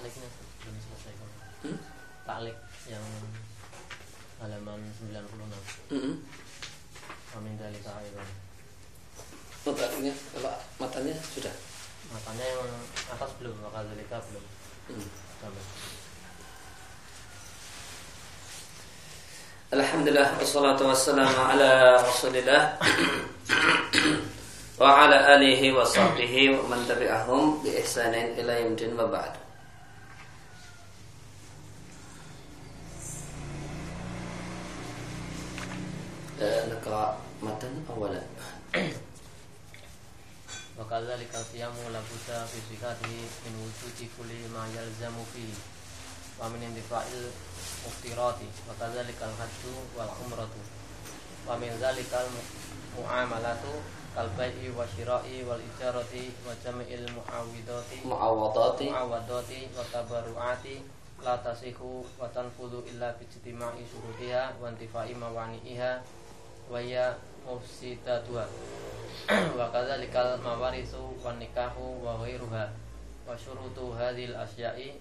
Takliknya belum selesai kok. Taklik yang halaman 96. Amin dari Sa'irun. Matanya, kalau matanya sudah. Matanya yang atas belum, maka Zalika belum. Sampai. Alhamdulillah, wassalatu wassalamu ala Rasulillah wa ala alihi wa sahbihi wa man tabi'ahum bi ihsanin ila yaumil wa ba'd. Naqra matan awalan. Wa kadzalika siyamu la budda fi sihhatihi min wujudi kulli ma yalzamu fihi wa min intifa'il muftirati wa kadzalika al-hajju wal umratu wa min dzalikal muamalatu kal bai'i wa syira'i wal ijarati wa jami'il muawwadati wa tabarru'ati la tasihu wa tanfudu illa bi ijtima'i syurutiha wa intifa'i mawani'iha wa ya mufsidatuha wa kadzalikal mawarisu wan nikahu wa ghairuha wa syurutu hadhil asya'i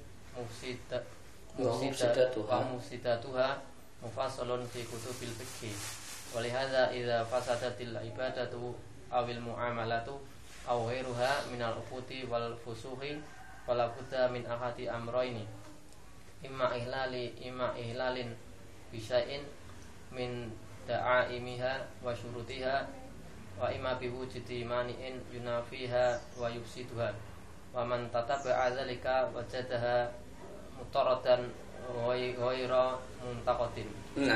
mufsidatuha mufassalun fi kutubil fiqh wa lihadza idza fasadatil ibadatu awil muamalatu aw ghairuha minal uquti wal fusuhi fala budda min ahadi amrayni imma ihlalin bi syai'in min da'aimiha wa syurutiha wa imma bi wujudi mani'in yunafiha wa yufsiduha wa man tataba'a dzalika wajadaha mutaradan ghaira muntaqatin. Nah.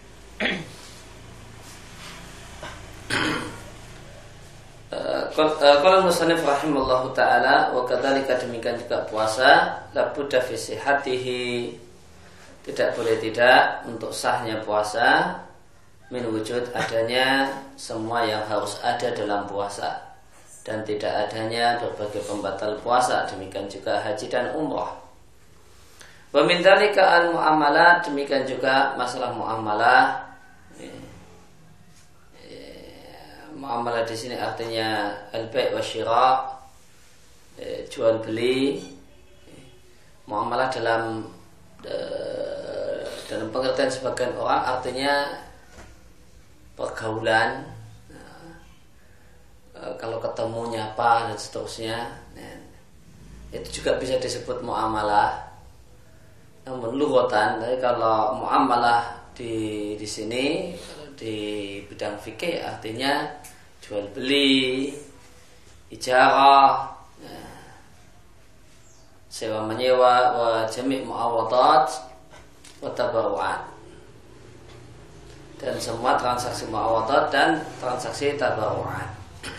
Qala musannif rahimallahu taala wa kadzalika demikian juga puasa la budda fi sihhatihi, tidak boleh tidak untuk sahnya puasa min wujud adanya semua yang harus ada dalam puasa dan tidak adanya berbagai pembatal puasa, demikian juga haji dan umrah. Wa min dzalika al muamalah, demikian juga masalah muamalah. Muamalah di sini artinya al-bai' wa syira', jual beli. Muamalah dalam pengertian sebagian orang artinya pergaulan. Kalau ketemu nyapa dan seterusnya, itu juga bisa disebut muamalah. Namun lughatan, tapi kalau muamalah di sini di bidang fikih artinya jual beli, ijarah, sewa menyewa, wa jami' muawadat wa tabarru'at, dan semua transaksi muawadat dan transaksi tabarru'at.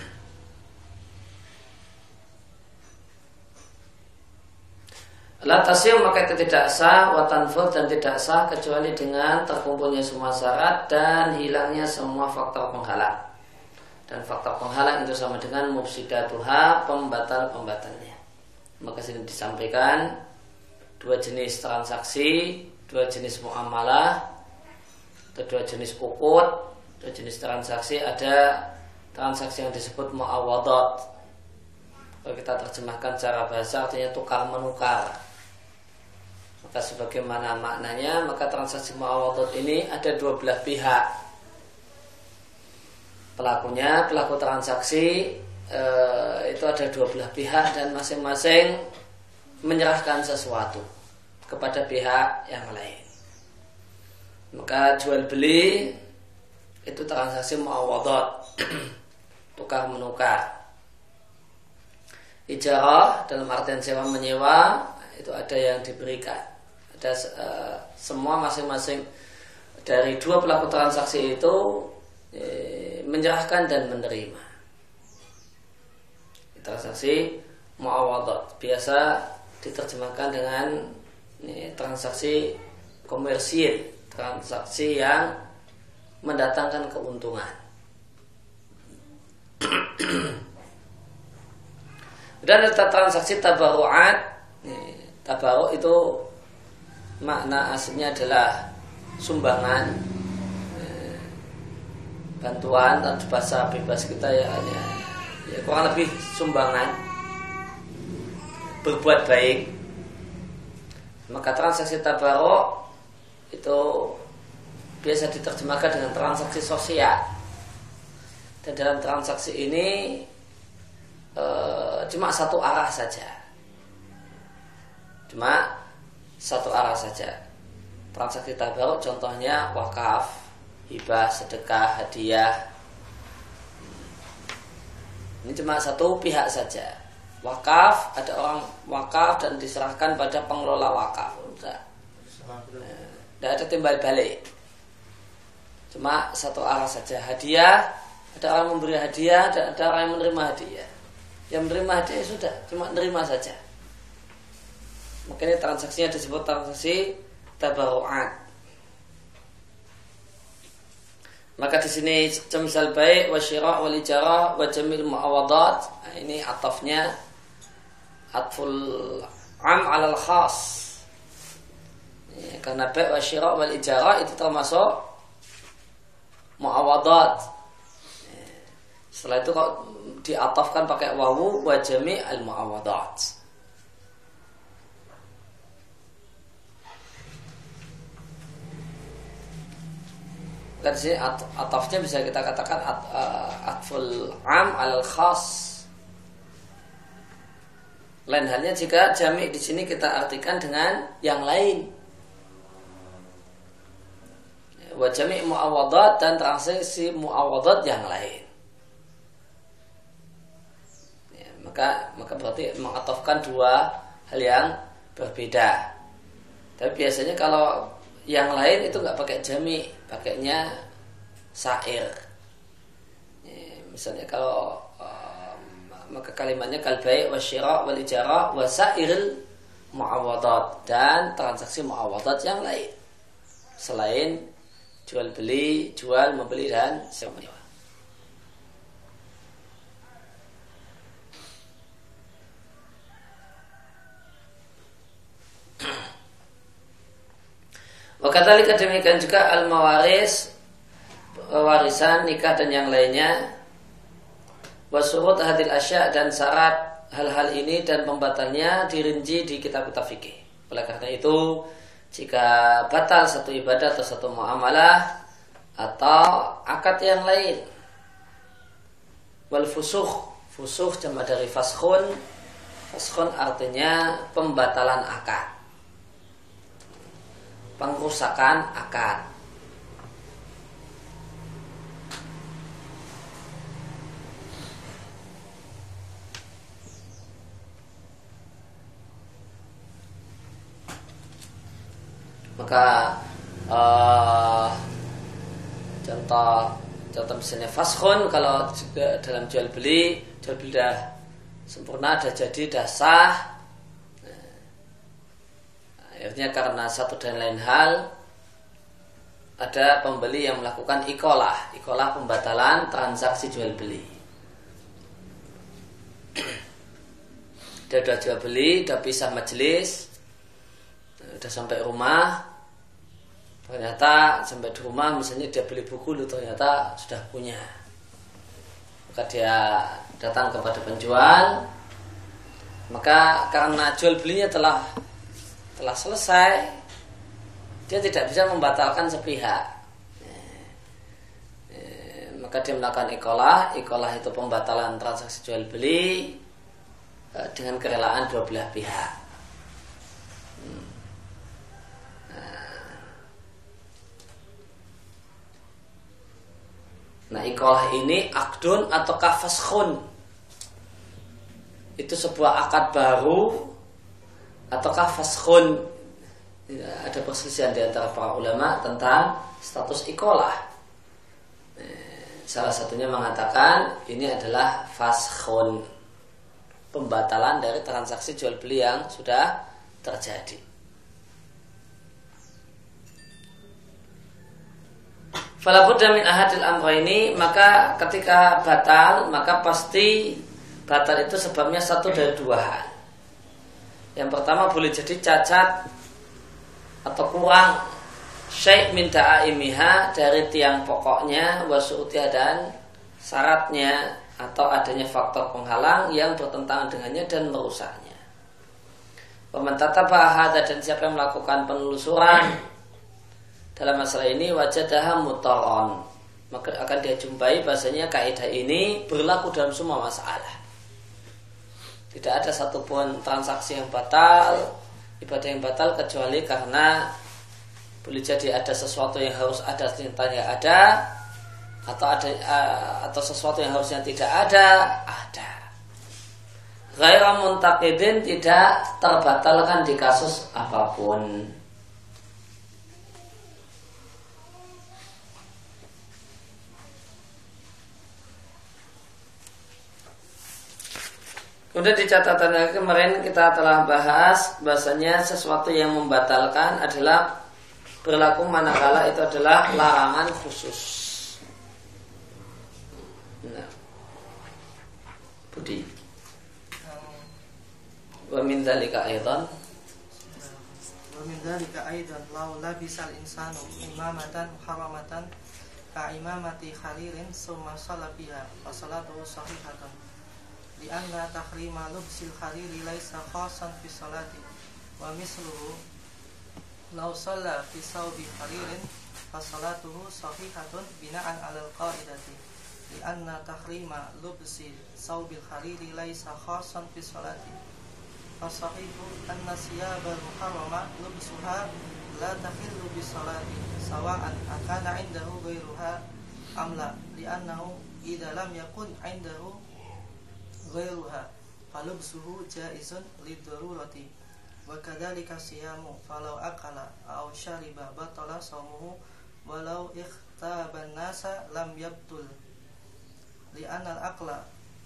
La tasih, maka itu tidak sah, wa tanfud, dan tidak sah kecuali dengan terkumpulnya semua syarat dan hilangnya semua faktor penghalang. Dan faktor penghalang itu sama dengan mufsidatuha, pembatal-pembatalnya. Maka sini disampaikan dua jenis transaksi, dua jenis muamalah, atau dua jenis uqud, dua jenis transaksi. Ada transaksi yang disebut muawadat. Kalau kita terjemahkan secara bahasa artinya tukar menukar. Maka sebagaimana maknanya, maka transaksi muawadat ini ada dua belah pihak. Pelaku transaksi itu ada dua belah pihak dan masing-masing menyerahkan sesuatu kepada pihak yang lain. Maka jual beli itu transaksi muawadat, tukar menukar. Ijarah dalam artian sewa menyewa itu ada yang diberikan. Ada semua masing-masing dari dua pelaku transaksi itu menyerahkan dan menerima. Transaksi muawadat biasa diterjemahkan dengan transaksi komersil, transaksi yang mendatangkan keuntungan. Dan ada transaksi tabarru'at. Tabarru' itu makna aslinya adalah sumbangan, bantuan, dan bahasa bebas kita ya kurang lebih sumbangan, berbuat baik. Maka transaksi tabaruk itu biasa diterjemahkan dengan transaksi sosial. Dan dalam transaksi ini cuma satu arah saja. Cuma satu arah saja. Transaksi tabaruk contohnya wakaf, hibah, sedekah, hadiah. Ini cuma satu pihak saja. Wakaf, ada orang wakaf dan diserahkan pada pengelola wakaf. Tidak ada timbal balik. Cuma satu arah saja. Hadiah, ada orang memberi hadiah dan ada orang yang menerima hadiah. Yang menerima hadiah sudah, cuma menerima saja. Makanya transaksinya disebut transaksi tabaru'at. Maka di sini semisal baik wa syira' wal ijarah wa jamil mu'awadat. Nah, ini atafnya atful am 'alal khas. Ya, karena baik wa syira' wal ijarah itu termasuk mu'awadat. Ya, setelah itu kok diatafkan pakai wawu wa jami' al mu'awadat. Di sini atafnya bisa kita katakan atful am 'alal khas. Lain halnya jika jami' di sini kita artikan dengan yang lain. Wa jami' mu'awadat dan transaksi mu'awadat yang lain. Ya, maka berarti mengatafkan dua hal yang berbeda. Tapi biasanya kalau yang lain itu nggak pakai jami', pakainya sa'ir. Ya, misalnya kalau maka kalimatnya kal bai' wa syira' wal ijarah wa sa'iril mu'awadat dan transaksi mu'awadat yang lain selain jual beli, jual membeli dan sewa menyewa. Wa kadzalika demikian juga al-mawaris, warisan, nikah dan yang lainnya. Wasurut hadil asya dan syarat hal-hal ini dan pembatalnya dirinci di kitab-kitab fikih. Oleh karena itu, jika batal satu ibadah atau satu muamalah atau akad yang lain, wal fusuh jama dari faskhun. Faskhun artinya pembatalan akad, pengrusakan akad. Maka contoh misalnya faskhun, kalau juga dalam jual beli dah sempurna, dah jadi, dah sah. Akhirnya karena satu dan lain hal ada pembeli yang melakukan ikolah pembatalan transaksi jual beli. Dia udah jual beli, udah pisah majelis, udah sampai rumah. Ternyata sampai di rumah misalnya dia beli buku, ternyata sudah punya. Maka dia datang kepada penjual. Maka karena jual belinya telah selesai, dia tidak bisa membatalkan sepihak. Maka dia melakukan ikolah itu pembatalan transaksi jual beli dengan kerelaan dua belah pihak. Nah, ikolah ini akdun atau faskhun. Itu sebuah akad baru ataukah faskhun. Ada perselisihan di antara para ulama tentang status ikolah. Salah satunya mengatakan ini adalah faskhun, pembatalan dari transaksi jual beli yang sudah terjadi. Fala budda min ahadil amrayni, maka ketika batal, maka pasti batal itu sebabnya satu dari dua hal. Yang pertama boleh jadi cacat atau kurang syai' min da'aimiha, dari tiang pokoknya, wa su'utiha dan syaratnya, atau adanya faktor penghalang yang bertentangan dengannya dan merusaknya. Waman tataba hadza, dan siapa yang melakukan penelusuran dalam masalah ini, wajadaha mutaron, maka akan dia jumpai bahasanya kaidah ini berlaku dalam semua masalah. Tidak ada satupun transaksi yang batal, ibadah yang batal, kecuali karena boleh jadi ada sesuatu yang harus ada ternyata ada, atau sesuatu yang harusnya tidak ada. Ghairu muntaqidin, tidak terbatalkan di kasus apapun. Kemudian di catatan kemarin kita telah bahas bahasanya sesuatu yang membatalkan adalah berlaku manakala itu adalah larangan khusus. Nah, Budi. Wa min dzalika aidan law labisal insanu imamatan muharramatan ka imamati khalirin summa shalla biha fa salatuhu sahihatun li anna tahrima lubsil khalili laysa khassan fi salati wa misluhu law shalla fi sawbi khalirin fa salatuhu sahihatun bina'an 'ala al-qa'idati li anna tahrima lubsi sawbil khalili laysa khassan fi salati. Fasahihu anna siyabal muharrama lubsuha la tahillu bisalati sawa'an akana indahu ghairuha amla li'annahu idza lam yakun indahu ghairuha falubsuhu jaizun lidarurati wa kadzalika siyamu falau akala aw syariba batala shaumuhu walau ikhtaban nasa lam yabtul li'anna al-aqla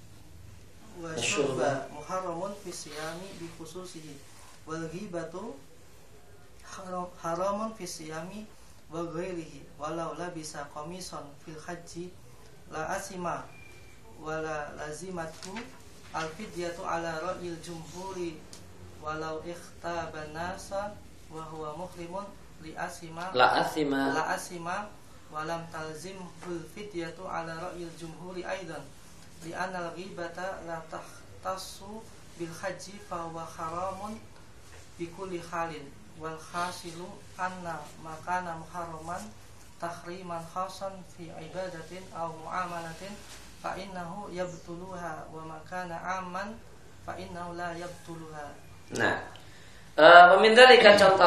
wa syurba muharramun fi siyami bi khususihi wal ghibatu haramun fi siyami wa ghairihi walau labisa qamisan fil haji la asima wala lazimatu al fidyatu ala ra'il jumhuri walau ikhtaban nasa wa huwa muhrimun li asima la asima walam talzim fil fidyatu ala ra'il jumhuri aidan li anal ghibata la tahtassu bil haji fa huwa haramun bi kulli halin wal khasilu anna makana muharraman tahriman khasan fi ibadatin aw muamalatin fa innahu yabtuluha wa makana amman fa innahu la yabtuluha. Nah, memindalika contoh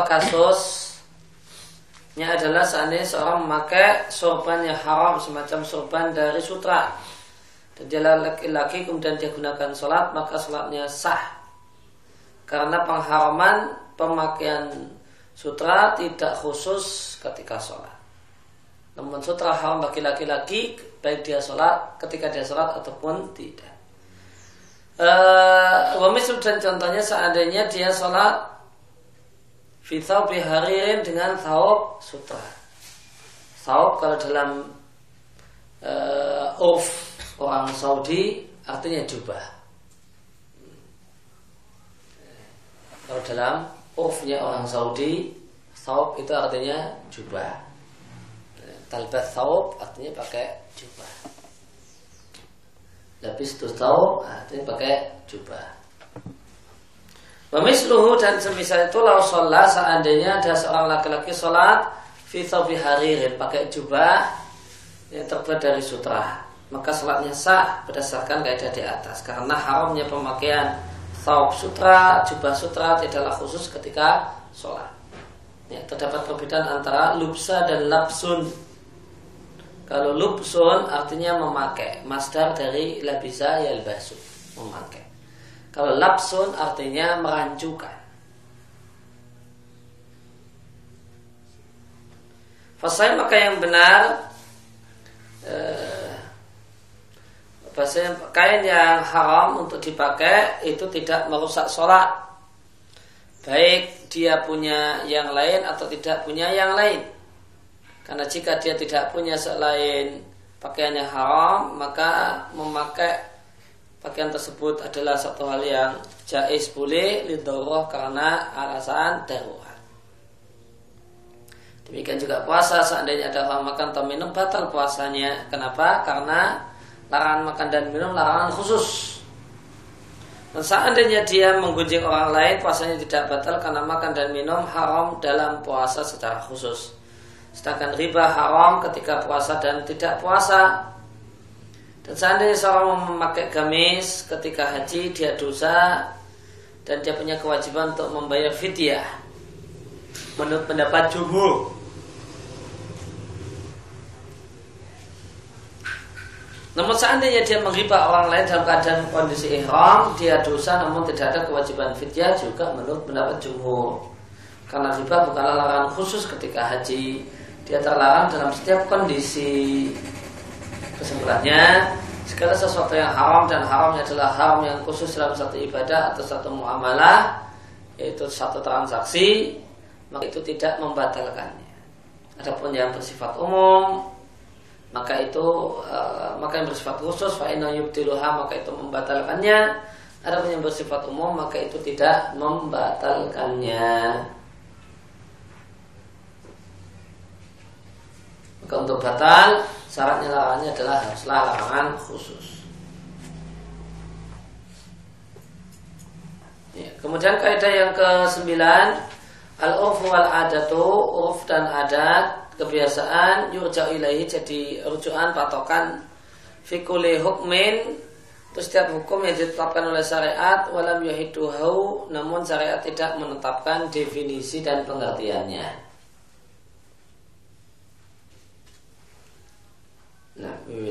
kasusnya adalah seandainya seorang memakai sorban yang haram semacam sorban dari sutra dan dia laki-laki kemudian dia gunakan sholat, maka sholatnya sah karena pengharaman pemakaian sutra tidak khusus ketika sholat. Namun sutra haram bagi laki-laki baik dia sholat ketika dia sholat ataupun tidak. Wamisub dan contohnya seandainya dia sholat fi thawbi haririn dengan thawb sutra. Thawb kalau dalam urf orang Saudi artinya jubah. Kalau dalam urfnya orang Saudi, thawb itu artinya jubah. Talbas thawb artinya pakai jubah. Labis tu thawb artinya pakai jubah. Wa misluhu, dan semisal itu lau sholat, seandainya ada seorang laki-laki sholat fi thawbi haririn pakai jubah yang terbuat dari sutra, maka sholatnya sah berdasarkan kaidah di atas karena haramnya pemakaian thawb sutra, jubah sutra tidaklah khusus ketika sholat. Ya, terdapat perbedaan antara lubsa dan labsun. Kalau lubsun artinya memakai, masdar dari labisa yalbasu, memakai. Kalau labsun artinya merancukan. Fasai, maka yang benar bahasanya kain yang haram untuk dipakai itu tidak merusak sholat, baik dia punya yang lain atau tidak punya yang lain. Karena jika dia tidak punya selain pakaian yang haram, maka memakai pakaian tersebut adalah satu hal yang jaiz, boleh lidharurah karena alasan darurat. Demikian juga puasa, seandainya ada orang makan atau minum batal puasanya. Kenapa? Karena larangan makan dan minum larangan khusus. Dan seandainya dia menggunjing orang lain, puasanya tidak batal karena makan dan minum haram dalam puasa secara khusus. Sedangkan riba haram ketika puasa dan tidak puasa. Dan seandainya seorang memakai gamis ketika haji, dia dosa dan dia punya kewajiban untuk membayar fidyah menurut pendapat jumhur. Namun seandainya dia menghibah orang lain dalam keadaan kondisi ihram, dia dosa namun tidak ada kewajiban fidyah juga menurut pendapat jumhur. Karena riba bukanlah larangan khusus ketika haji, dia terlarang dalam setiap kondisi. Kesimpulannya, segala sesuatu yang haram dan haramnya adalah haram yang khusus dalam satu ibadah atau satu muamalah, yaitu satu transaksi, maka itu tidak membatalkannya. Adapun yang bersifat umum, maka yang bersifat khusus fa inna yubtiluha, maka itu membatalkannya. Adapun yang bersifat umum, maka itu tidak membatalkannya. Maka untuk batal, syaratnya larangannya adalah haruslah larangan khusus. Ya, kemudian kaidah yang ke-9, al-urfu wal adatu, urf dan adat, kebiasaan, yurja'u ilaihi, jadi rujukan patokan fi kulli hukmin, itu setiap hukum yang ditetapkan oleh syariat, walam yuhiduhu, namun syariat tidak menetapkan definisi dan pengertiannya. Nah,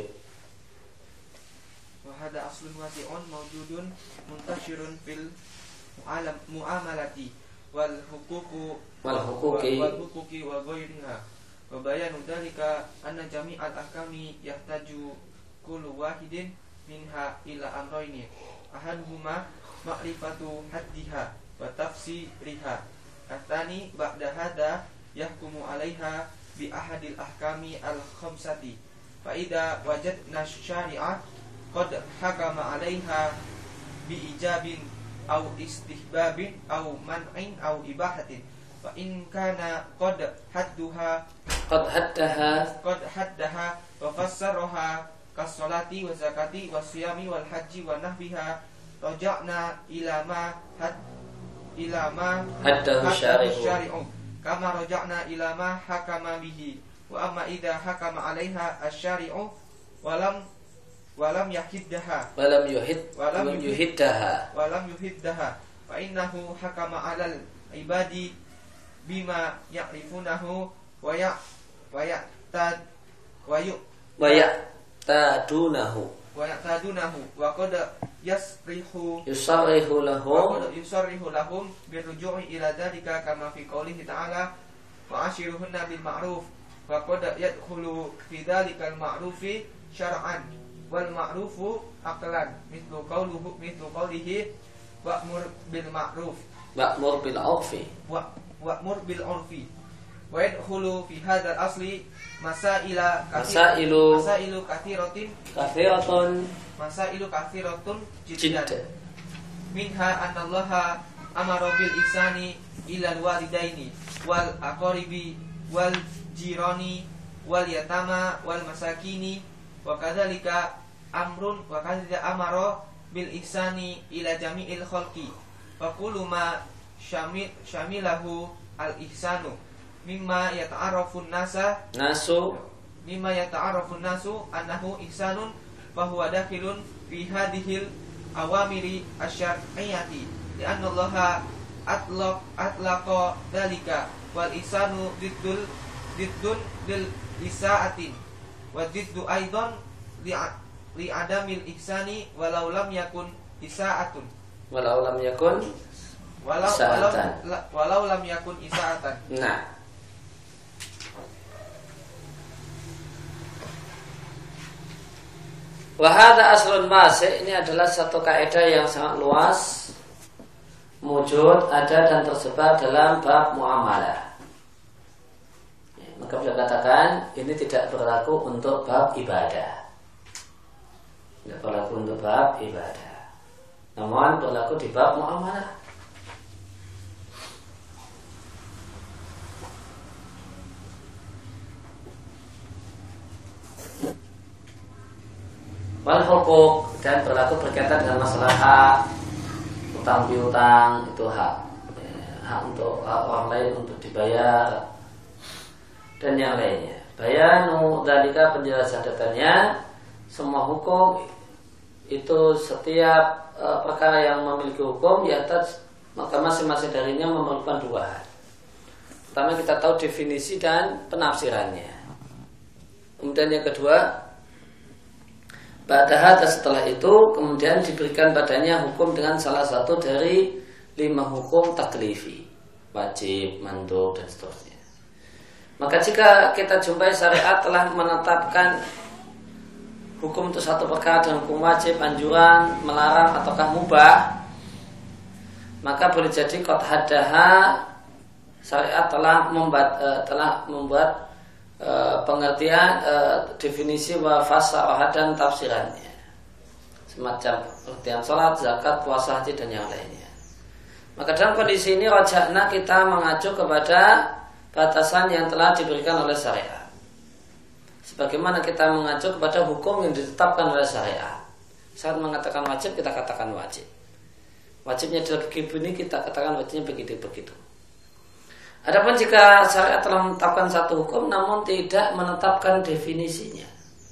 wa hada aslun wasi'un mawjudun muntashirun fil mu'amalati wal huquqi wa ghairiha. Wa bayanu dzalika anna jami'al ahkami yahtaju kullu wahidin minha ila amrayni. Ahaduhuma ma'rifatu haddiha wa tafsiriha. Atsani ba'da hada yahkumu 'alaiha bi ahadil ahkami al-khamsati. Fa idza wajadna syari'ah qad hakama 'alaiha bi ijabin aw istihbabin aw man'in aw ibahatin. Fa in kana qad haddaha wa fassaraha kas-salati wa zakati wa siyami wal haji wa nahwiha, raja'na ila ma haddahu syari'u kama raja'na ila ma hakama bihi. Wa amma idza hakama 'alaiha asy-syari'u walam yuhiddaha fa innahu hakama 'alal ibadi bima ya'rifunahu wa ya'tadunahu wa qad yusarrihu lahum birruju'i ila dzalika kama fi qoulihi ta'ala wa ashiruhunna bil ma'ruf wa qad yadkhulu fi dzalikal ma'rufi syar'an wal ma'rufu aqlan mithlu qoulihi wa'mur bil urfi wa yadkhulu fi hadzal asli masailu kathiratun jiddan minha annallaha amara bil ihsani ilal walidaini wal aqaribi wal jirani wal yatama wal masakini wa kadzalika amara bil ihsani ila jami'il khalqi fa kullu ma syamilahu al ihsanu mimma yata'arrafun nasu annahu ihsanun fa huwa dakhilun fi hadhil awamiri asy-syar'iyyati li'anna Allah atlaqa dzalika wal ihsanu diddun lil isa'atin wa diddu aidan li adamil ihsani walau lam yakun isa'atan. Nah, wahada aslun masih, ini adalah satu kaidah yang sangat luas, wujud, ada dan tersebar dalam bab muamalah. Maka bisa katakan ini tidak berlaku untuk bab ibadah, tidak berlaku untuk bab ibadah, namun berlaku di bab muamalah. Wal huquq, dan berlaku berkaitan dengan masalah hak. utang piutang itu hak untuk orang lain untuk dibayar dan yang lainnya. Bayanu dalika penjelasan datanya, semua hukum itu setiap perkara yang memiliki hukum di atas, maka masing-masing darinya memerlukan dua hal. Pertama kita tahu definisi dan penafsirannya. Kemudian yang kedua, ba'daha setelah itu kemudian diberikan padanya hukum dengan salah satu dari 5 hukum taklifi, wajib, mandub dan seterusnya. Maka jika kita jumpai syariat telah menetapkan hukum untuk satu perkara dengan hukum wajib, anjuran, melarang ataukah mubah, maka boleh jadi qad haddaha, syariat telah membuat pengertian definisi wa fasarah dan tafsirannya, semacam pengertian salat, zakat, puasa, haji dan yang lainnya. Maka dalam kondisi ini raja'na, kita mengacu kepada batasan yang telah diberikan oleh syariat, sebagaimana kita mengacu kepada hukum yang ditetapkan oleh syariat. Saat mengatakan wajib, kita katakan wajib. Wajibnya adalah begini, kita katakan wajibnya begitu-begitu. Adapun jika syariat telah menetapkan satu hukum namun tidak menetapkan definisinya,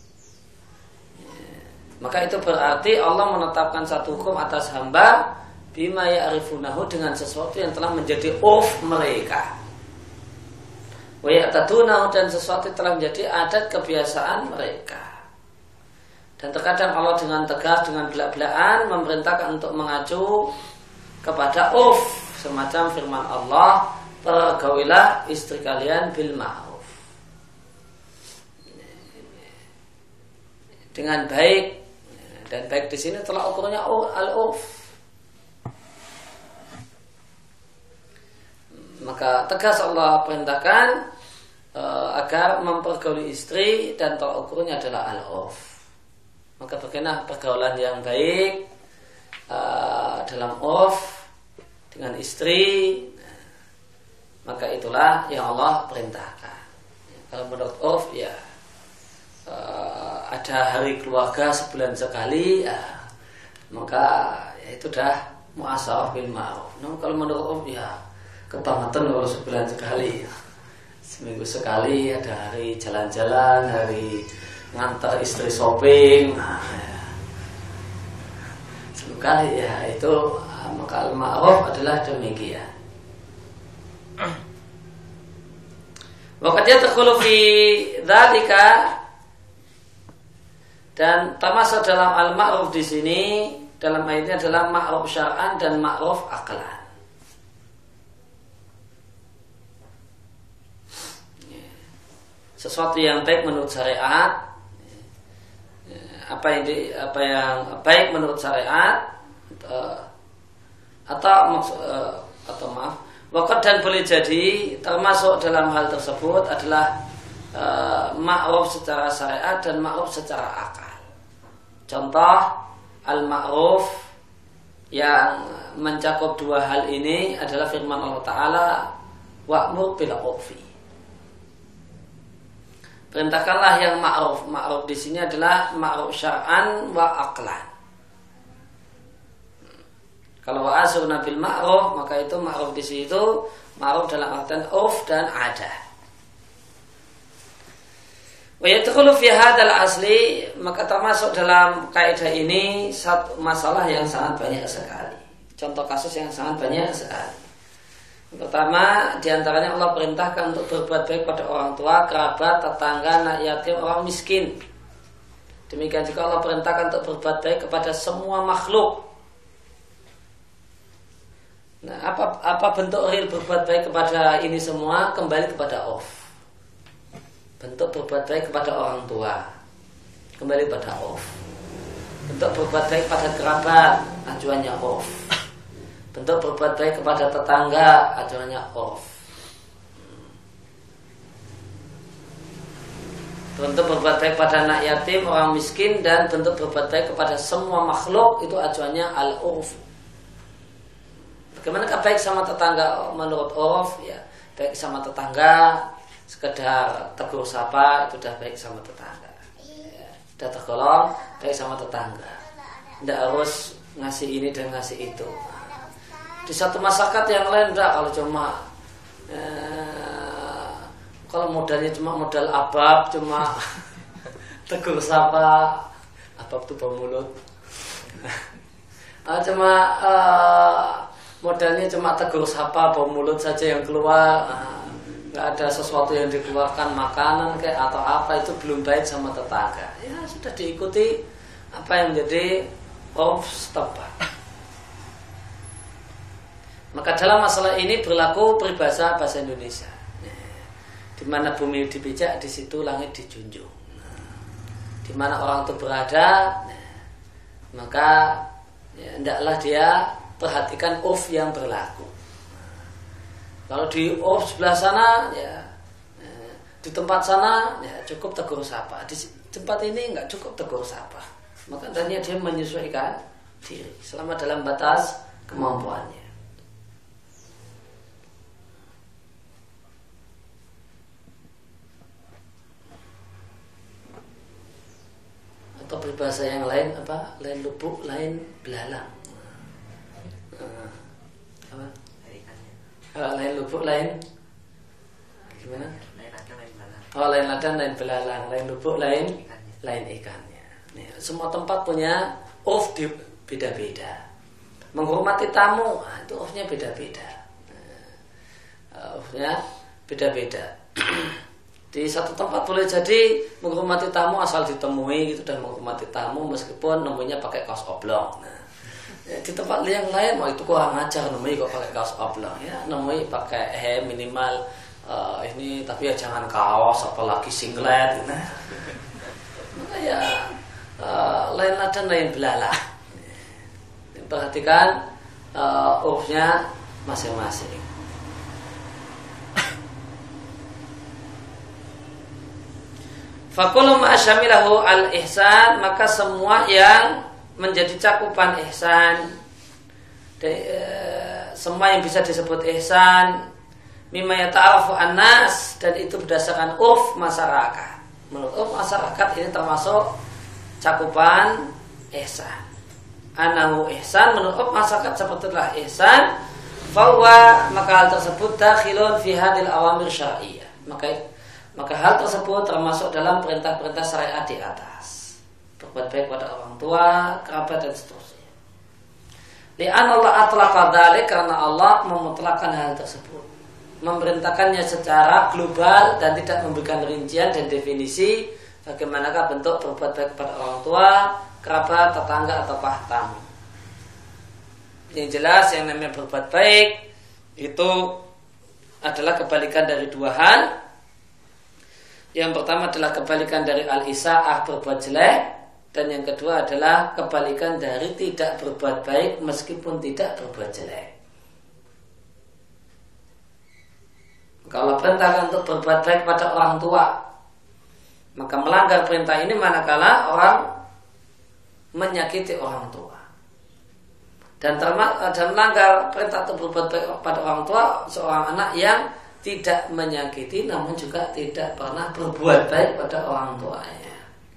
maka itu berarti Allah menetapkan satu hukum atas hamba bima ya'rifunahu, dengan sesuatu yang telah menjadi urf mereka, wa ya'tadunahu, dan sesuatu yang telah menjadi adat kebiasaan mereka. Dan terkadang Allah dengan tegas, dengan belak-belakan memerintahkan untuk mengacu kepada urf, semacam firman Allah, pergaulilah istri kalian bil ma'ruf, dengan baik. Dan baik di sini telah ukurnya al-urf. Maka tegas Allah perintahkan agar mempergauli istri dan tolak ukurnya adalah al-urf. Maka bagaimana pergaulan yang baik dalam urf dengan istri, maka itulah yang Allah perintahkan. Kalau menurut urf ya ada hari keluarga sebulan sekali, ya, maka ya, itu dah mu'asyarah bil ma'ruf. Nah, kalau menurut urf ya kebangetan kalau sebulan sekali, seminggu sekali ada hari jalan-jalan, hari ngantar istri shopping, sekali ya itu. Maka al-ma'ruf adalah demikian. Waktu terkulu fi dzalika, dan termasuk dalam al-ma'ruf di sini dalam ayatnya adalah ma'ruf syar'an dan ma'ruf aqlan. Sesuatu yang baik menurut syariat, apa yang baik menurut syariat, atau maaf, waqad, dan boleh jadi termasuk dalam hal tersebut adalah ma'ruf secara syariat dan ma'ruf secara akal. Contoh al-ma'ruf yang mencakup dua hal ini adalah firman Allah Ta'ala, wa'mur bil 'urfi. Perintahkanlah yang ma'ruf. Ma'ruf di sini adalah ma'ruf syar'an wa aqlan. Kalau wa'asuna bil ma'ruf, maka itu ma'ruf di situ ma'ruf dalam artian urf dan adat. Wa yadkhulu fi hadzal asli, maka termasuk dalam kaidah ini satu masalah yang sangat banyak sekali. Contoh kasus yang sangat banyak sekali. Pertama, diantaranya Allah perintahkan untuk berbuat baik pada orang tua, kerabat, tetangga, anak yatim, orang miskin. Demikian juga Allah perintahkan untuk berbuat baik kepada semua makhluk. Nah, apa bentuk real berbuat baik kepada ini semua? Kembali kepada urf. Bentuk berbuat baik kepada orang tua, kembali pada urf. Bentuk berbuat baik pada kerabat, acuannya urf. Bentuk berbuat baik kepada tetangga, acuannya urf. Bentuk berbuat baik pada anak yatim, orang miskin, dan bentuk berbuat baik kepada semua makhluk itu acuannya al-urf. Bagaimana baik sama tetangga menurut urf? Ya, baik sama tetangga, sekedar tegur sapa itu udah baik sama tetangga. Ya, udah tergolong baik sama tetangga. Tidak harus ngasih ini dan ngasih itu. Di satu masyarakat yang lain enggak, kalau cuma kalau modalnya cuma modal abab, cuma tegur sapa, abab itu bau mulut. Cuma modalnya cuma tegur sapa, bau mulut saja yang keluar, nggak ada sesuatu yang dikeluarkan, makanan kayak atau apa, itu belum baik sama tetangga. Ya sudah diikuti apa yang menjadi setempat. Maka dalam masalah ini berlaku peribahasa bahasa Indonesia. Di mana bumi dipijak, di situ langit dijunjung. Di mana orang itu berada, maka hendaklah dia perhatikan urf yang berlaku. Kalau di urf sebelah sana, ya di tempat sana ya cukup tegur sapa. Di tempat ini nggak cukup tegur sapa. Maka hendaknya dia menyesuaikan diri selama dalam batas kemampuannya. Atau berbahasa yang lain apa? Lain lubuk, lain belalang. Apa? Lain lubuk, lain gimana? Lain ladang, lain belalang. Lain lubuk, lain ikannya. Semua tempat punya urf beda-beda. Menghormati tamu, itu urfnya beda-beda. Urfnya beda-beda. Di satu tempat boleh jadi menghormati tamu asal ditemui gitu, dan menghormati tamu meskipun nemunya pakai kaos oblong. Di tempat yang lain, itu kurang ajar nemui kok pakai kaos oblong ya, nemui pakai minimal ini, tapi ya jangan kaos apalagi singlet. Maka ya lain ladang lain belalang. Perhatikan urfnya masing-masing. Fakulu ma'asyamilahu al-ihsan, maka semua yang menjadi cakupan ihsan, semua yang bisa disebut ihsan, mimma yata'arafu an-nas, dan itu berdasarkan urf masyarakat. Menurut urf masyarakat ini termasuk cakupan ihsan. Anahu ihsan, menurut urf masyarakat sepertilah ihsan, fahuwa, maka hal tersebut dakhilun fi hadil awamir syar'iyyah. Maka hal tersebut termasuk dalam perintah-perintah syariat di atas. Berbuat baik pada orang tua, kerabat, dan seterusnya. Li'an Allah atlaqa dzalik, karena Allah memutlakkan hal tersebut, memerintahkannya secara global dan tidak memberikan rincian dan definisi bagaimanakah bentuk berbuat baik kepada orang tua, kerabat, tetangga, atau tamu. Yang jelas yang namanya berbuat baik itu adalah kebalikan dari dua hal. Yang pertama adalah kebalikan dari al-isa'ah, berbuat jelek, dan yang kedua adalah kebalikan dari tidak berbuat baik meskipun tidak berbuat jelek. Kalau perintah untuk berbuat baik pada orang tua, maka melanggar perintah ini manakala orang menyakiti orang tua. Dan melanggar perintah untuk berbuat baik pada orang tua seorang anak yang tidak menyakiti namun juga tidak pernah berbuat baik pada orang tuanya.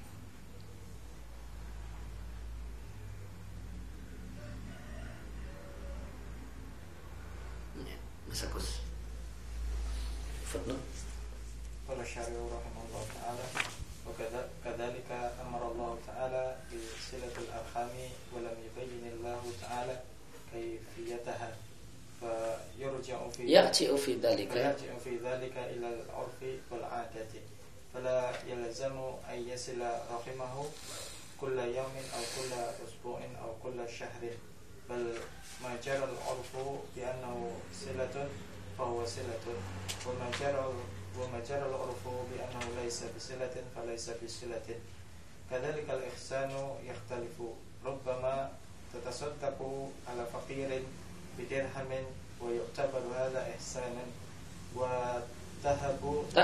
Mas Agus. Fadl. Qala syari'u rahimahullah ta'ala wa kadzalika amara Allah ta'ala bi silatil arhami wa lam yubayyin Allah ta'ala kayfiyataha فيرجع في ذلك إلى العرف والعادة فلا يلزم أن يصل رحمه كل يوم أو كل أسبوع أو كل شهر بل ما جرى العرف بأنه صلة فهو صلة وما جرى العرف بأنه ليس بصلة فليس بصلة كذلك الإحسان يختلف ربما تتصدق على فقير بدرهم ويعتبر هذا إحسانا وتهب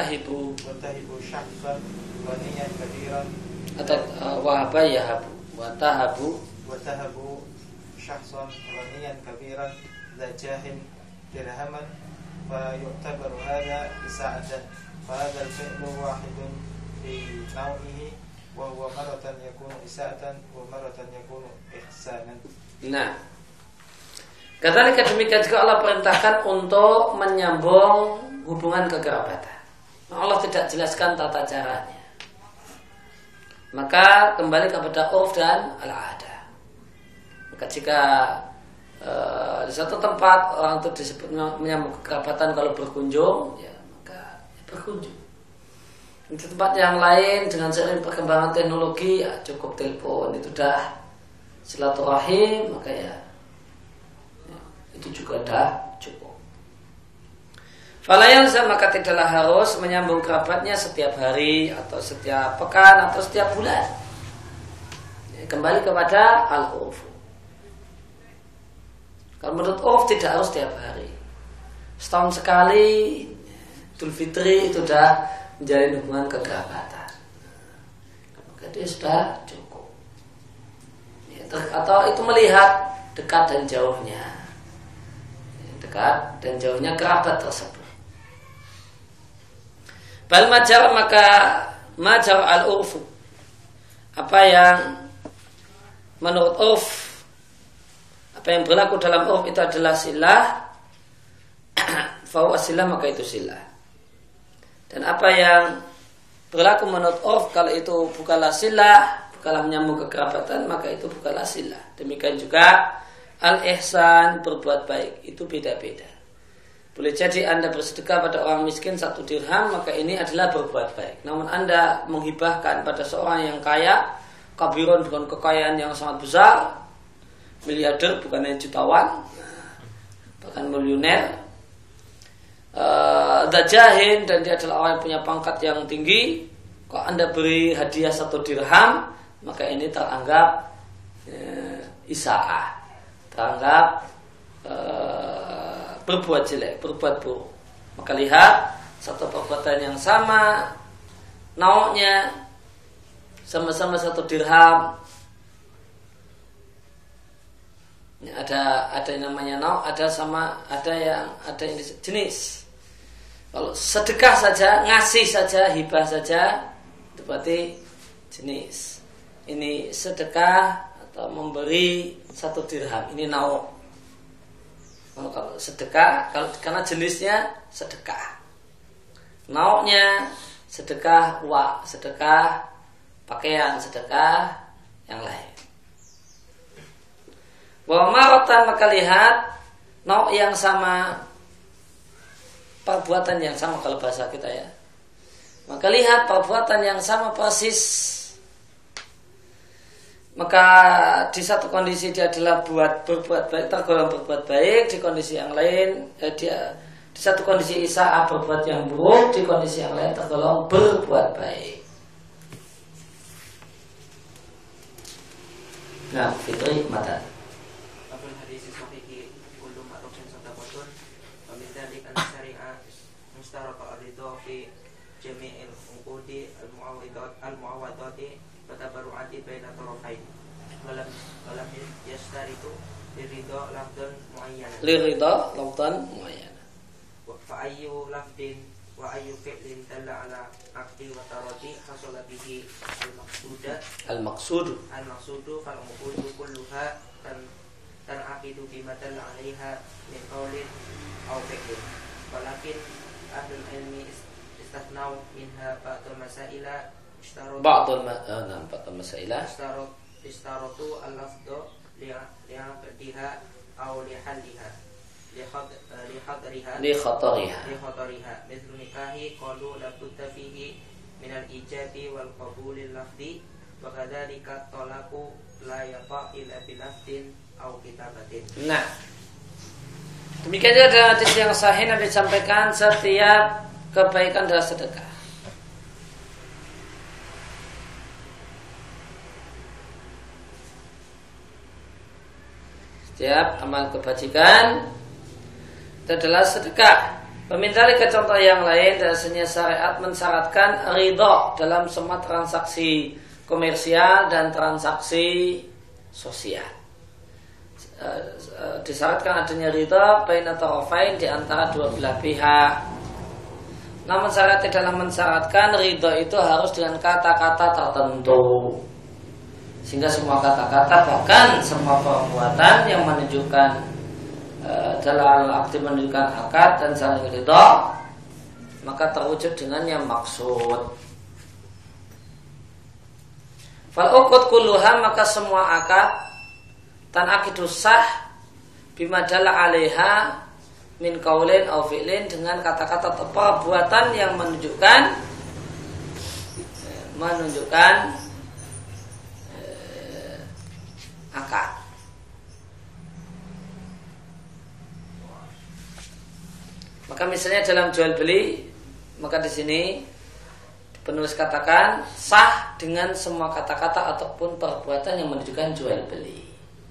شخصا غنيا كبيرا وتهب شخصا غنيا كبيرا ذا جاه درهما فيعتبر هذا إساءة فهذا الفعل واحد في نوعه وهو مرة يكون إساءة ومرة يكون إحسانا. Nah, Kadzalika demikian juga Allah perintahkan untuk menyambung hubungan kekerabatan. Allah tidak jelaskan tata caranya. Maka kembali kepada urf dan al-'adah. Maka jika di satu tempat orang itu disebut menyambung kekerabatan kalau berkunjung, ya maka berkunjung. Di tempat yang lain dengan seiring perkembangan teknologi, ya cukup telepon itu dah silaturahim, maka ya itu juga dah cukup. Falayan maka tidaklah harus menyambung kerabatnya setiap hari atau setiap pekan atau setiap bulan. Kembali kepada al-urf. Kalau menurut urf tidak harus setiap hari. Setahun sekali Idul Fitri itu sudah menjalin hubungan kekerabatan. Maka dia sudah cukup. Atau itu melihat dekat dan jauhnya. Dekat dan jauhnya kerabat tersebut. Bal majar maka majar al-urfu. Apa yang menurut urf, apa yang berlaku dalam urf itu adalah silah, fahuwa silah maka itu silah. Dan apa yang berlaku menurut urf kalau itu bukanlah silah, bukanlah menyambung kekerabatan, maka itu bukanlah silah. Demikian juga al-ihsan, berbuat baik, itu beda-beda. Boleh jadi Anda bersedekah pada orang miskin 1 dirham, maka ini adalah berbuat baik. Namun Anda menghibahkan pada seorang yang kaya, kabirun dengan kekayaan yang sangat besar, miliarder bukan yang jutawan, bahkan miliuner, dajahin, dan dia adalah orang yang punya pangkat yang tinggi. Kalau Anda beri hadiah 1 dirham, maka ini teranggap isaah, teranggap berbuat jelek, berbuat buruk. Maka lihat satu perbuatan yang sama, nauknya sama-sama 1 dirham. Ada yang namanya nauk, ada yang jenis. Kalau sedekah saja, ngasih saja, hibah saja, itu berarti jenis. Ini sedekah atau memberi 1 dirham, ini nauk. Kalau sedekah, karena jenisnya sedekah. Nauknya sedekah uang, sedekah pakaian, sedekah yang lain. Bahwa marotan maka lihat nauk yang sama, perbuatan yang sama kalau bahasa kita ya. Maka lihat perbuatan yang sama persis. Maka di satu kondisi dia adalah berbuat baik, tergolong berbuat baik. Di kondisi yang lain dia di satu kondisi isaah berbuat yang buruk, di kondisi yang lain tergolong berbuat baik. Nah, fitri mata. Tabarru'ati baina tarafain walam yastaritu liridha lafdan muayyanan fa ayyu lafdin wa ayyu fi'lin dalla ala aqdi wa tarati hasala bihi al-maqsudu fal uqudu kulluha tan'aqidu bima dalla 'alaiha min qawlin aw fi'lin walakin ahlul ilmi istathnau minha ba'dul masaila ba'dul masailah istaratu al-lafdhu li'aqdiha aw lihalliha li khatariha mithlu nikahi qalu la budda fihi min al-ijabi wal qabuli al-lafzi wa kadzalika talaqu la yaqa illa bi lafdin aw kitabatin. Nah, demikian juga dalam hadis yang sahih Nabi sampaikan setiap kebaikan adalah sedekah. Setiap amal kebajikan itu adalah sedekah. Pemintali ke contoh yang lain, dasarnya syariat mensyaratkan ridho dalam semua transaksi komersial dan transaksi sosial. Disyaratkan adanya ridho baina tarafain, di antara dua belah pihak. Namun syariat dalam mensyaratkan ridho itu harus dengan kata-kata tertentu. Sehingga semua kata-kata bahkan semua perbuatan yang menunjukkan adalah al-aqdi menunjukkan akad dan saling ridha, maka terwujud dengan yang maksud. Fal uqud kulluha, maka semua akad tanaqidu sah bima dalla 'alaiha min qaulin aw fi'lin, dengan kata-kata atau perbuatan yang menunjukkan akad. Maka misalnya dalam jual beli, maka di sini penulis katakan sah dengan semua kata-kata ataupun perbuatan yang menunjukkan jual beli.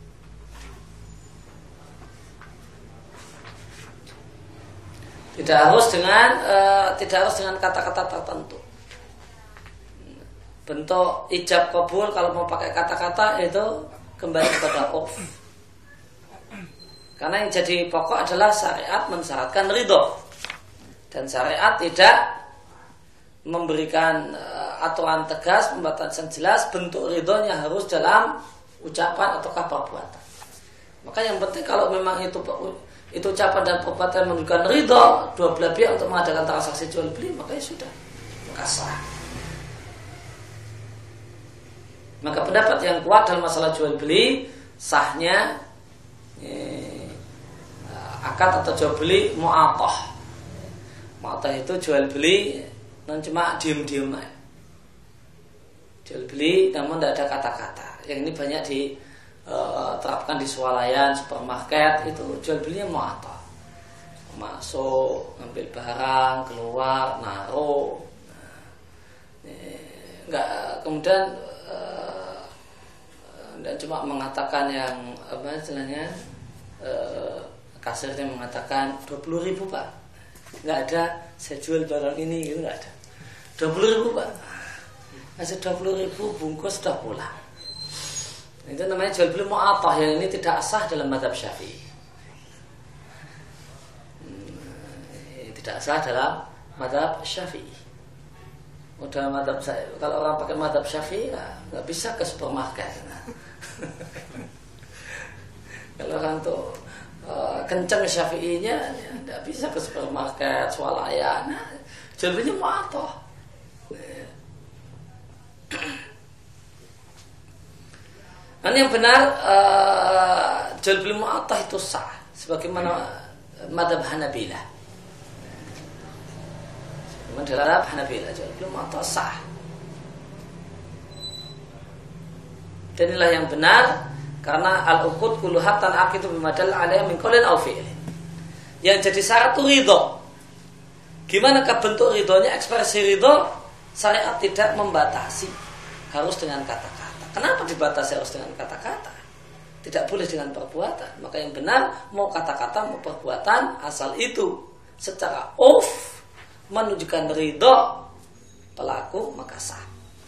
Tidak harus dengan kata-kata tertentu. Bentuk ijab qabul kalau mau pakai kata-kata itu kembali kepada urf. Karena yang jadi pokok adalah syariat mensyaratkan ridho, dan syariat tidak memberikan aturan tegas, pembatasan jelas. Bentuk ridhonya harus dalam ucapan ataukah perbuatan. Maka yang penting kalau memang itu ucapan dan perbuatan menunjukkan ridho dua belah pihak untuk mengadakan transaksi jual beli, maka ya sudah, maka sah. Maka pendapat yang kuat dalam masalah jual beli sahnya akad atau jual beli mu'atah. Mu'atah itu jual beli non cuma diem-diem aja. Jual beli namun tidak ada kata-kata. Yang ini banyak diterapkan di swalayan, supermarket, itu jual belinya mu'atah. Masuk, ngambil barang, keluar, naruh. Kemudian dan cuma mengatakan yang apa istilahnya, kasirnya mengatakan 20.000 Pak, nggak ada, saya jual barang ini gitu, nggak ada. 20.000 Pak, kasih 20.000 bungkus sudah pulang. Itu namanya jual beli mu'atah, yang ini tidak sah dalam mazhab Syafi'i. Tidak sah dalam mazhab Syafi'i. Dalam mazhab saya, kalau orang pakai mazhab Syafi'i nggak bisa ke supermarket. Kalau orang tuh kenceng Syafi'inya, nggak bisa ke supermarket, swalayan. Jual belinya mu'atah. Dan yang benar jual beli mu'atah itu sah, sebagaimana mazhab Hanabilah. Madhab Hanabilah jual beli mu'atah sah. Dan inilah yang benar, karena al-uqud kulluha tan'aqidu bima dalla 'alaiha min qaulin aw fi'lin. Yang jadi syarat itu ridho. Gimana bentuk ridhonya, ekspresi ridho? Syariat tidak membatasi harus dengan kata-kata. Kenapa dibatasi harus dengan kata-kata? Tidak boleh dengan perbuatan. Maka yang benar, mau kata-kata mau perbuatan, asal itu secara urf menunjukkan ridho pelaku, maka sah.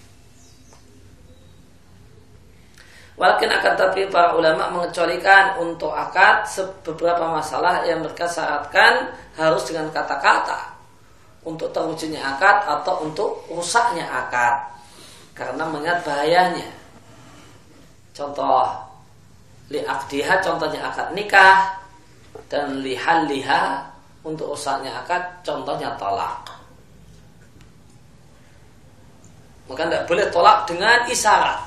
Walakin akan tapi para ulama mengecualikan untuk akad beberapa masalah yang mereka syaratkan harus dengan kata-kata untuk terwujudnya akad atau untuk rusaknya akad, karena mengingat bahayanya. Contoh li'aqdiha, contohnya akad nikah, dan lihalliha, untuk rusaknya akad, contohnya tolak. Maka tidak boleh tolak dengan isyarat.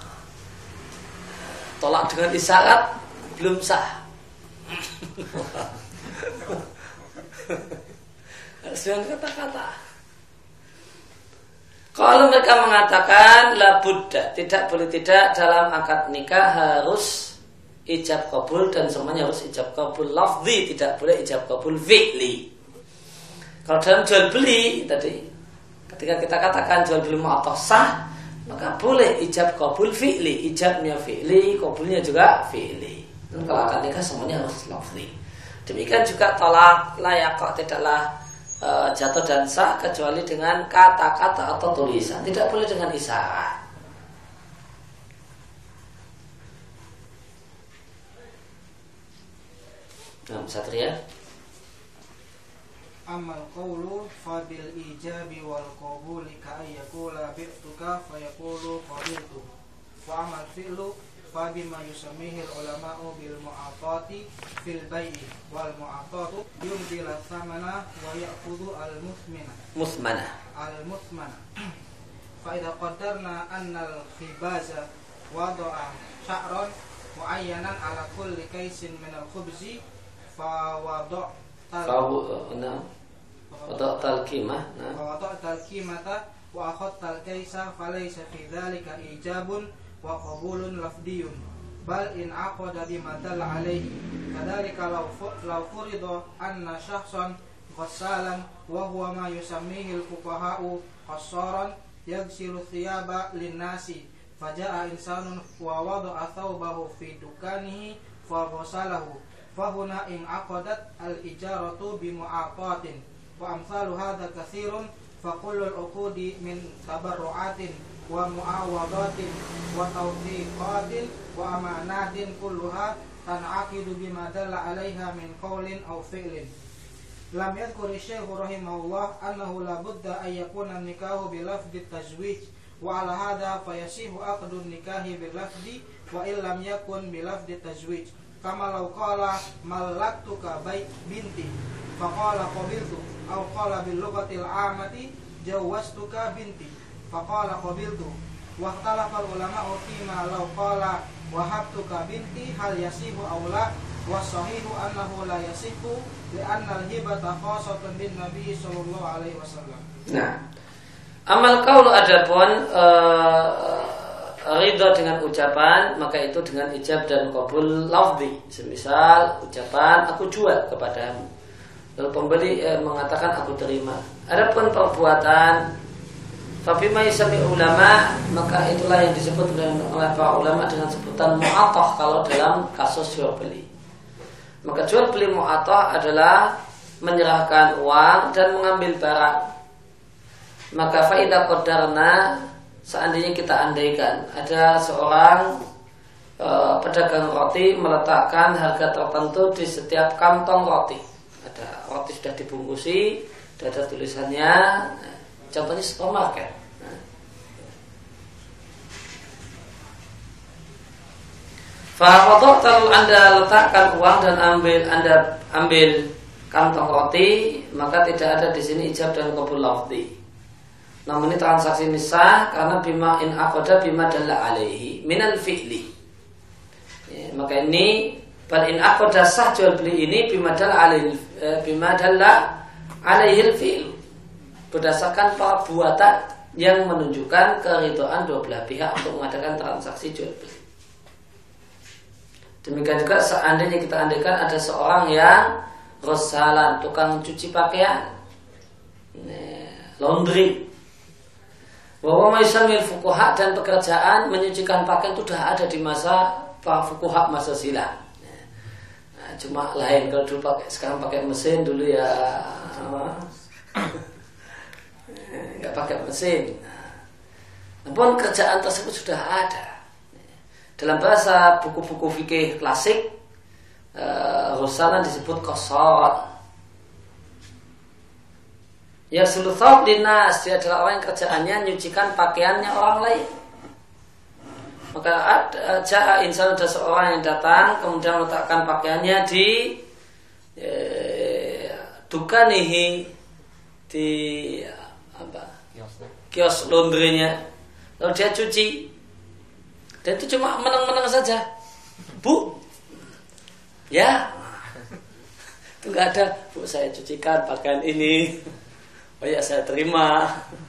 Tolak dengan isyarat belum sah. Harus dengan kata-kata. Kalau mereka mengatakan la budda, tidak boleh tidak, dalam akad nikah harus ijab qabul, dan semuanya harus ijab qabul lafzi, tidak boleh ijab qabul fi'li. Kalau dalam jual beli tadi, ketika kita katakan jual beli mu'atah sah, maka boleh ijab qabul fi'li, ijabnya fi'li, qabulnya juga fi'li. Dan kalau akad nikah semuanya harus lafzi. Demikian juga tolak layak, tidaklah jatuh dan sah kecuali dengan kata-kata atau tulisan, tidak boleh dengan isyarat. Nah, Satria. Amal qawlu fa bil ijabi wal qabuli ka yaqula bi'tuka fa yaqulu qabiltu. Wa amal fi'lu فبما يسميه العلماء بالمعاطاة في البيع والمعاطاة يمضي الثمن ويأخذ المثمنة فإذا قدرنا أن الخباز وضع شعرا معينا على كل كيس من الخبز فوضعت القيمة وأخذت الكيس فليس في ذلك إيجاب وقبول لفظي بل إن عقد بما دل عليه كذلك لو فرض أن شخصا غسالا وهو ما يسميه الفقهاء قصارا يغسل الثياب للناس فجاء إنسان ووضع ثوبه في دكانه فغسله فهنا إن عقدت الإجارة بمعاطاة وأمثال هذا كثير فكل العقود من تبرعات ومعاوضات وتوثيقات وأمانات كلها تنعقد بما دل عليها من قول أو فعل. لم يذكر الشيخ رحمه الله أنه لا بد أن يكون النكاح بلفظ التزويج وعلى هذا فيصح عقد النكاح باللفظ وإن لم يكن بلفظ التزويج كما لو قال ملكتك بنتي فقال قبلت أو قال باللغة العامة جوزتك بنتي فقال قبلت واختلف العلماء فيما لو قال وهبتك بنتي هل يصح أو لا والصحيح أنه لا يصح لأن الهبة خاصة بالنبي صلى الله عليه وسلم. Nah, amal qaul adapun ridha dengan ucapan maka itu dengan ijab dan qabul lafzi. Semisal ucapan aku jual kepadamu, lalu pembeli mengatakan aku terima. Adapun perbuatan fabima yasmi ulama maka itulah yang disebut oleh para ulama dengan sebutan mu'athah kalau dalam kasus jual beli. Maka jual beli mu'athah adalah menyerahkan uang dan mengambil barang. Maka faida qadarna seandainya kita andaikan ada seorang pedagang roti meletakkan harga tertentu di setiap kantong roti. Ada roti sudah dibungkusi, ada tulisannya, contohnya supermarket. Faqad kalau Anda letakkan uang dan Anda ambil kantong roti, maka tidak ada di sini ijab dan qabul lafzi. Namun ini transaksi sah karena bima in aqada bima dalla alaihi minal fi'li. Ya, maka ini bal in aqada sah jual beli ini bima dalla alaihi fi'l. Berdasarkan perbuatan yang menunjukkan keridhaan dua belah pihak untuk mengadakan transaksi jual beli. Demikian juga seandainya kita andaikan ada seorang yang rosalan, tukang cuci pakaian, laundry, bahwa maisamil fuqaha dan pekerjaan menyucikan pakaian itu sudah ada di masa para fuqaha masa silam. Nah, cuma lain kalau dulu sekarang pakai mesin, dulu ya nggak pakai mesin. Namun kerjaan tersebut sudah ada. Dalam bahasa buku-buku fikih klasik, rosalan disebut qasar. Ya suluthab dinas, dia adalah orang yang kerjaannya nyucikan pakaiannya orang lain. Maka ada insan, ada seorang yang datang kemudian meletakkan pakaiannya di dukanihi, di kios laundrynya, lalu dia cuci. Dan itu cuma menang-menang saja. Bu, ya, itu nggak ada. Bu, saya cucikan pakaian ini. Oh ya, saya terima.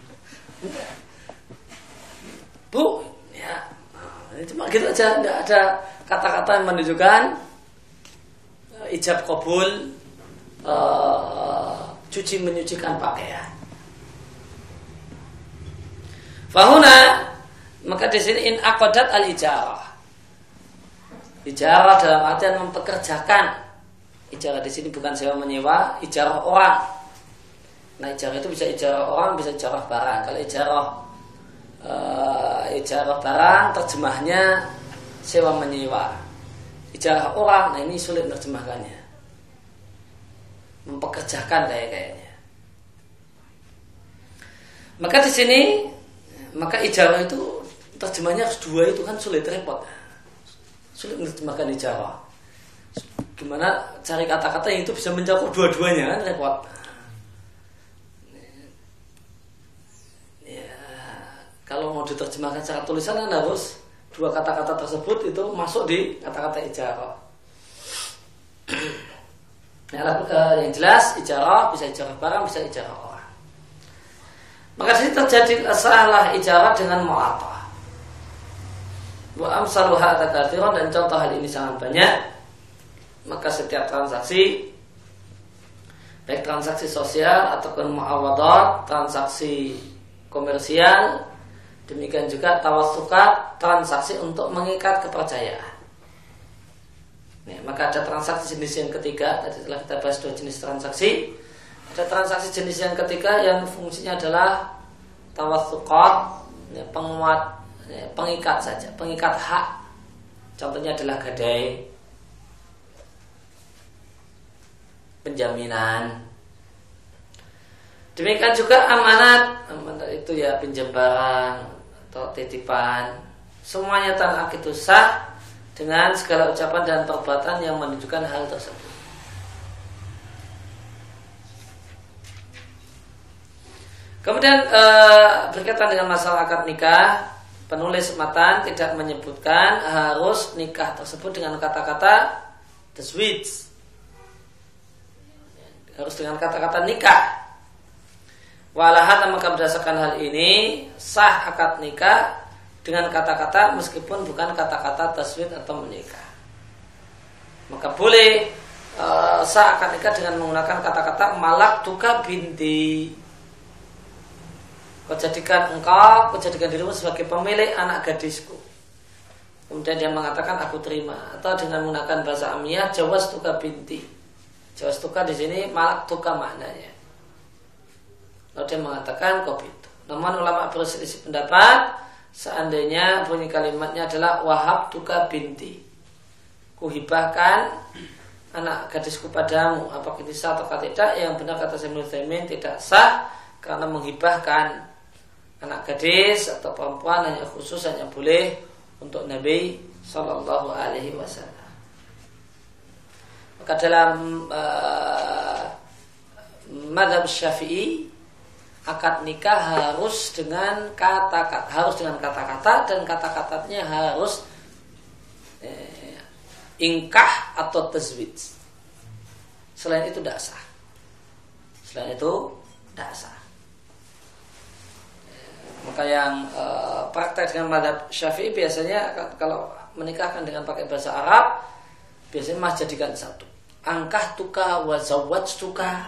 Bu, ya, cuma gitu aja. Nggak ada kata-kata yang menunjukkan ijab qabul menyucikan pakaian. Fahuna, maka di sini in aqadat al ijarah. Ijarah dalam artian mempekerjakan. Ijarah di sini bukan sewa menyewa, ijarah orang. Nah, ijarah itu bisa ijarah orang, bisa ijarah barang. Kalau ijarah barang terjemahnya sewa menyewa. Ijarah orang, nah ini sulit terjemahkannya. Mempekerjakan kayaknya. Maka di sini, maka ijarah itu terjemahnya harus dua, itu kan sulit, repot. Sulit menerjemahkan ijarah. Gimana cari kata-kata yang itu bisa mencakup dua-duanya, kan repot. Ya, kalau mau diterjemahkan secara tulisan kan harus dua kata-kata tersebut itu masuk di kata-kata ijarah. Yang jelas ijarah bisa ijarah barang, bisa ijarah orang. Maka di sini terjadi salah ijarah dengan mu'atah. Wa amsaluha katsiran, dan contoh hal ini sangat banyak. Maka setiap transaksi, baik transaksi sosial ataupun muawadah, transaksi komersial, demikian juga tawassukat, transaksi untuk mengikat kepercayaan. Maka ada transaksi jenis yang ketiga. Tadi telah kita bahas dua jenis transaksi. Ada transaksi jenis yang ketiga yang fungsinya adalah tawassukat, penguat, pengikat saja, pengikat hak. Contohnya adalah gadai, penjaminan. Demikian juga amanat itu ya pinjam barang atau titipan. Semuanya tanah itu sah dengan segala ucapan dan perbuatan yang menunjukkan hal tersebut. Kemudian berkaitan dengan masalah akad nikah, penulis matan tidak menyebutkan harus nikah tersebut dengan kata-kata tazwij. Harus dengan kata-kata nikah. Walahan, maka berdasarkan hal ini sah akad nikah dengan kata-kata meskipun bukan kata-kata taswid atau menikah. Maka boleh sah akad nikah dengan menggunakan kata-kata malak tuka binti. Kau jadikan dirimu sebagai pemilik anak gadisku. Kemudian dia mengatakan aku terima, atau dengan menggunakan bahasa amiyah jawaz tuka binti. Jawaz tuka di sini malak tuka maknanya. Lalu dia mengatakan kopi itu. Namun ulama berselisih pendapat seandainya bunyi kalimatnya adalah wahab tuka binti. Kuhibahkan anak gadisku padamu. Apakah ini sah atau tidak? Yang benar kata Ibnu Utsaimin tidak sah, karena menghibahkan anak gadis atau perempuan hanya khusus, hanya boleh untuk Nabi Sallallahu Alaihi Wasallam. Maka dalam mazhab Syafi'i, akad nikah harus dengan kata-kata, dan kata-katanya harus ingkah atau tazwij. Selain itu tidak sah. Maka yang praktek dengan mazhab Syafi'i biasanya kalau menikahkan dengan pakai bahasa Arab, biasanya mas jadikan satu. Angkah tuka wa zawwaj tuka,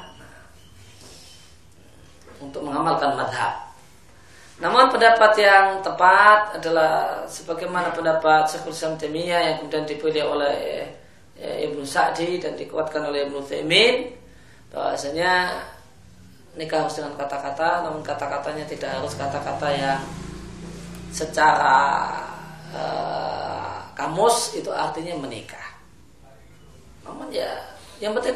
untuk mengamalkan madhab. Namun pendapat yang tepat adalah sebagaimana pendapat Syekhul Islam Taimiyah yang kemudian dipilih oleh Ibnu Sa'di dan dikuatkan oleh Ibnu Utsaimin, bahwasanya nikah harus dengan kata-kata, namun kata-katanya tidak harus kata-kata yang secara kamus itu artinya menikah. Namun ya yang penting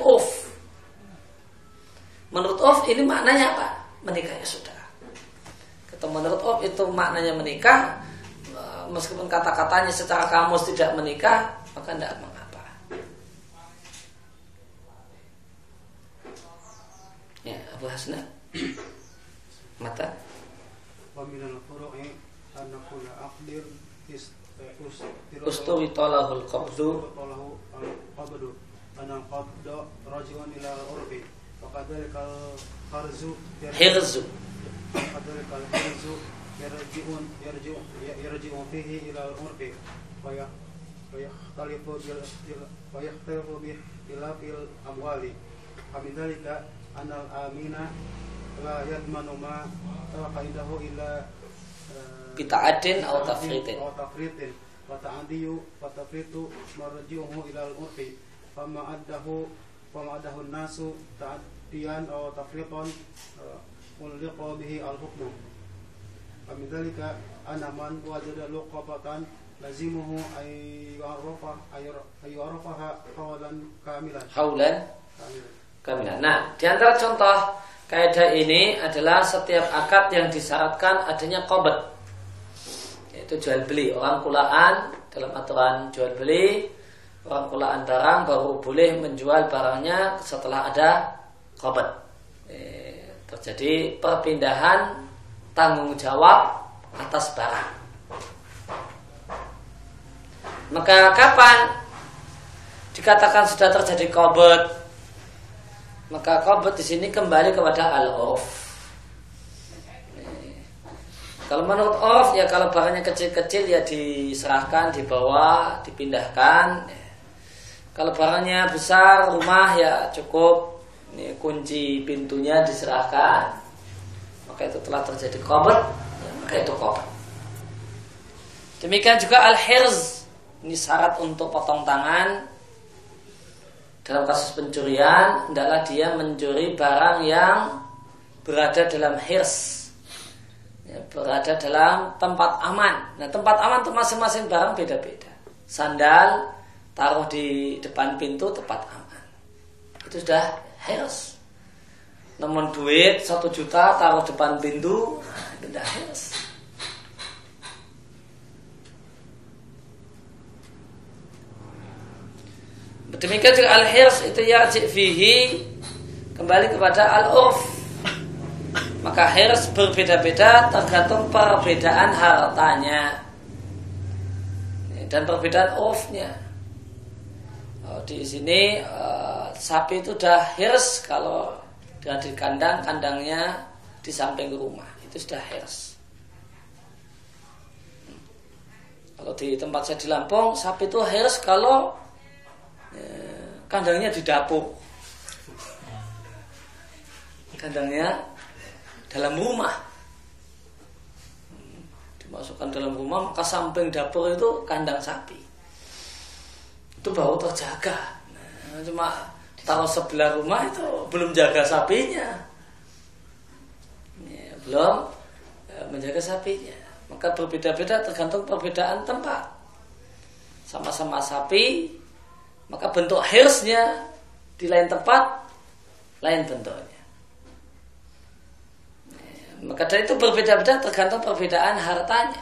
menurut ini maknanya apa? Menikah, ya sudah. Kata menurut itu maknanya menikah, meskipun kata-katanya secara kamus tidak menikah, maka tidak mengapa. Ya, Abu Hasna. Mata. Wa minal furu'i anakula aqdir Ustuwi talahul qabdu anal qabdu rajiun ila al-urbi wa kadzalikal harzu hirzu kadzalikal harzu yarji'un fihi ila al-urbi wa yakhtalifu ila fil amwali hamidalika anal amina la yadmanu ma faidahu illa bita'adin atau tafritin wa ta'adiyu wa tafritu marji'uhu ila al-urfi fama addahu an-nasu ta'adiyan aw tafritan ulliqa bihi al-hukmu amidhalika anna man wajada luqabatan lazimuhu ayyu'arafaha hawlan kamilan. Nah, di antara contoh kaidah ini adalah setiap akad yang disyaratkan adanya qabd, yaitu jual beli, orang kulaan dalam aturan jual beli, pengumpulan barang baru boleh menjual barangnya setelah ada qabd. Terjadi perpindahan tanggung jawab atas barang. Maka kapan dikatakan sudah terjadi qabd? Maka qabd di sini kembali kepada al-urf. Kalau menurut urf ya kalau barangnya kecil-kecil ya diserahkan, dibawa, dipindahkan. Kalau barangnya besar, rumah ya cukup ini kunci pintunya diserahkan. Maka itu telah terjadi qabd, ya, maka itu qabd. Demikian juga al-hirz. Ini syarat untuk potong tangan. Dalam kasus pencurian, hendaklah dia mencuri barang yang berada dalam hirz, ya, berada dalam tempat aman. Nah, tempat aman untuk masing-masing barang beda-beda. Sandal taruh di depan pintu, tempat aman. Itu sudah hirz. Namun duit 1 juta taruh depan pintu, itu sudah hirz. Demikian juga al-hirz itu yarji' fihi kembali kepada al-urf. Maka hirz berbeda-beda tergantung perbedaan hartanya dan perbedaan urfnya. Di sini sapi itu sudah hirz kalau di kandangnya di samping rumah itu sudah hirz. Kalau di tempat saya di Lampung sapi itu hirz kalau kandangnya di dapur, kandangnya dalam rumah, dimasukkan dalam rumah, maka samping dapur itu kandang sapi. Itu baru terjaga. Nah, cuma taruh sebelah rumah itu belum jaga sapinya, ya, belum menjaga sapinya. Maka berbeda-beda tergantung perbedaan tempat. Sama-sama sapi, maka bentuk hirznya di lain tempat lain bentuknya. Maka dari itu berbeda-beda tergantung perbedaan hartanya.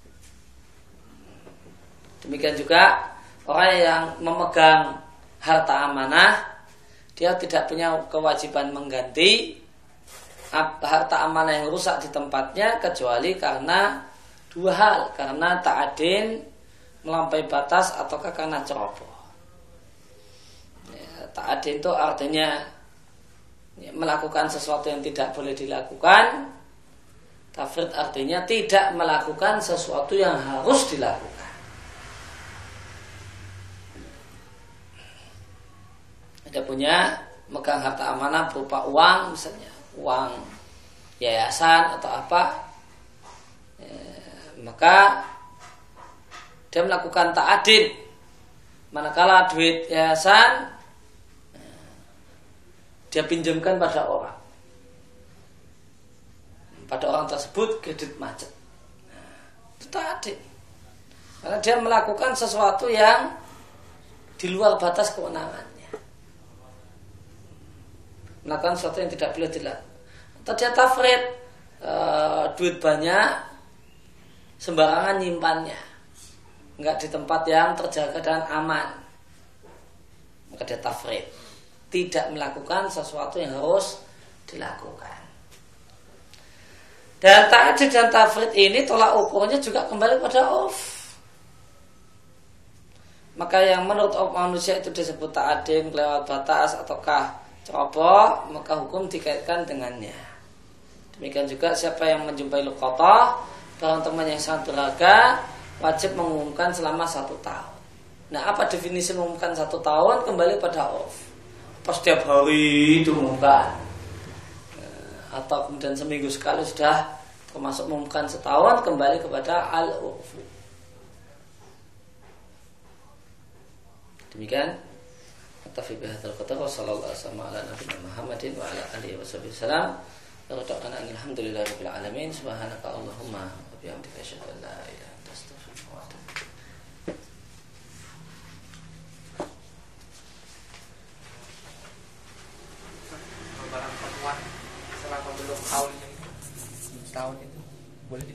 Demikian juga orang yang memegang harta amanah, dia tidak punya kewajiban mengganti harta amanah yang rusak di tempatnya kecuali karena 2 hal, karena ta'adin melampaui batas ataukah karena ceroboh. Ta'adin itu artinya melakukan sesuatu yang tidak boleh dilakukan. Tafrid artinya tidak melakukan sesuatu yang harus dilakukan. Ada punya megang harta amanah berupa uang, misalnya uang yayasan atau apa, maka dia melakukan ta'adin. Manakala duit yayasan dia pinjamkan pada orang, tersebut kredit macet, itu ta'adin. Karena dia melakukan sesuatu yang di luar batas kewenangannya, melakukan sesuatu yang tidak boleh dilakukan. Atau dia tafrid, duit banyak sembarangan nyimpannya, enggak di tempat yang terjaga dan aman, maka dia tafrid, tidak melakukan sesuatu yang harus dilakukan. Dan ta'adid dan tafrid ini tolak ukurnya juga kembali pada urf. Maka yang menurut manusia itu disebut ta'adid, lewat batas ataukah ceroboh, maka hukum dikaitkan dengannya. Demikian juga siapa yang menjumpai luqatah, barang teman yang sangat berharga, wajib mengumumkan selama 1 tahun. Nah, apa definisi mengumumkan 1 tahun? Kembali pada urf. Pas setiap hari diumumkan, atau kemudian seminggu sekali sudah termasuk mengumumkan setahun, kembali kepada al-urf. Demikian Tafi bihadzal qadar wa sallallahu ala nabiyina Muhammadin wa ala alihi wasallam. Alhamdulillahirabbil alamin. Subhanaka Allahumma wa bihamdika asyhadu an la ilaha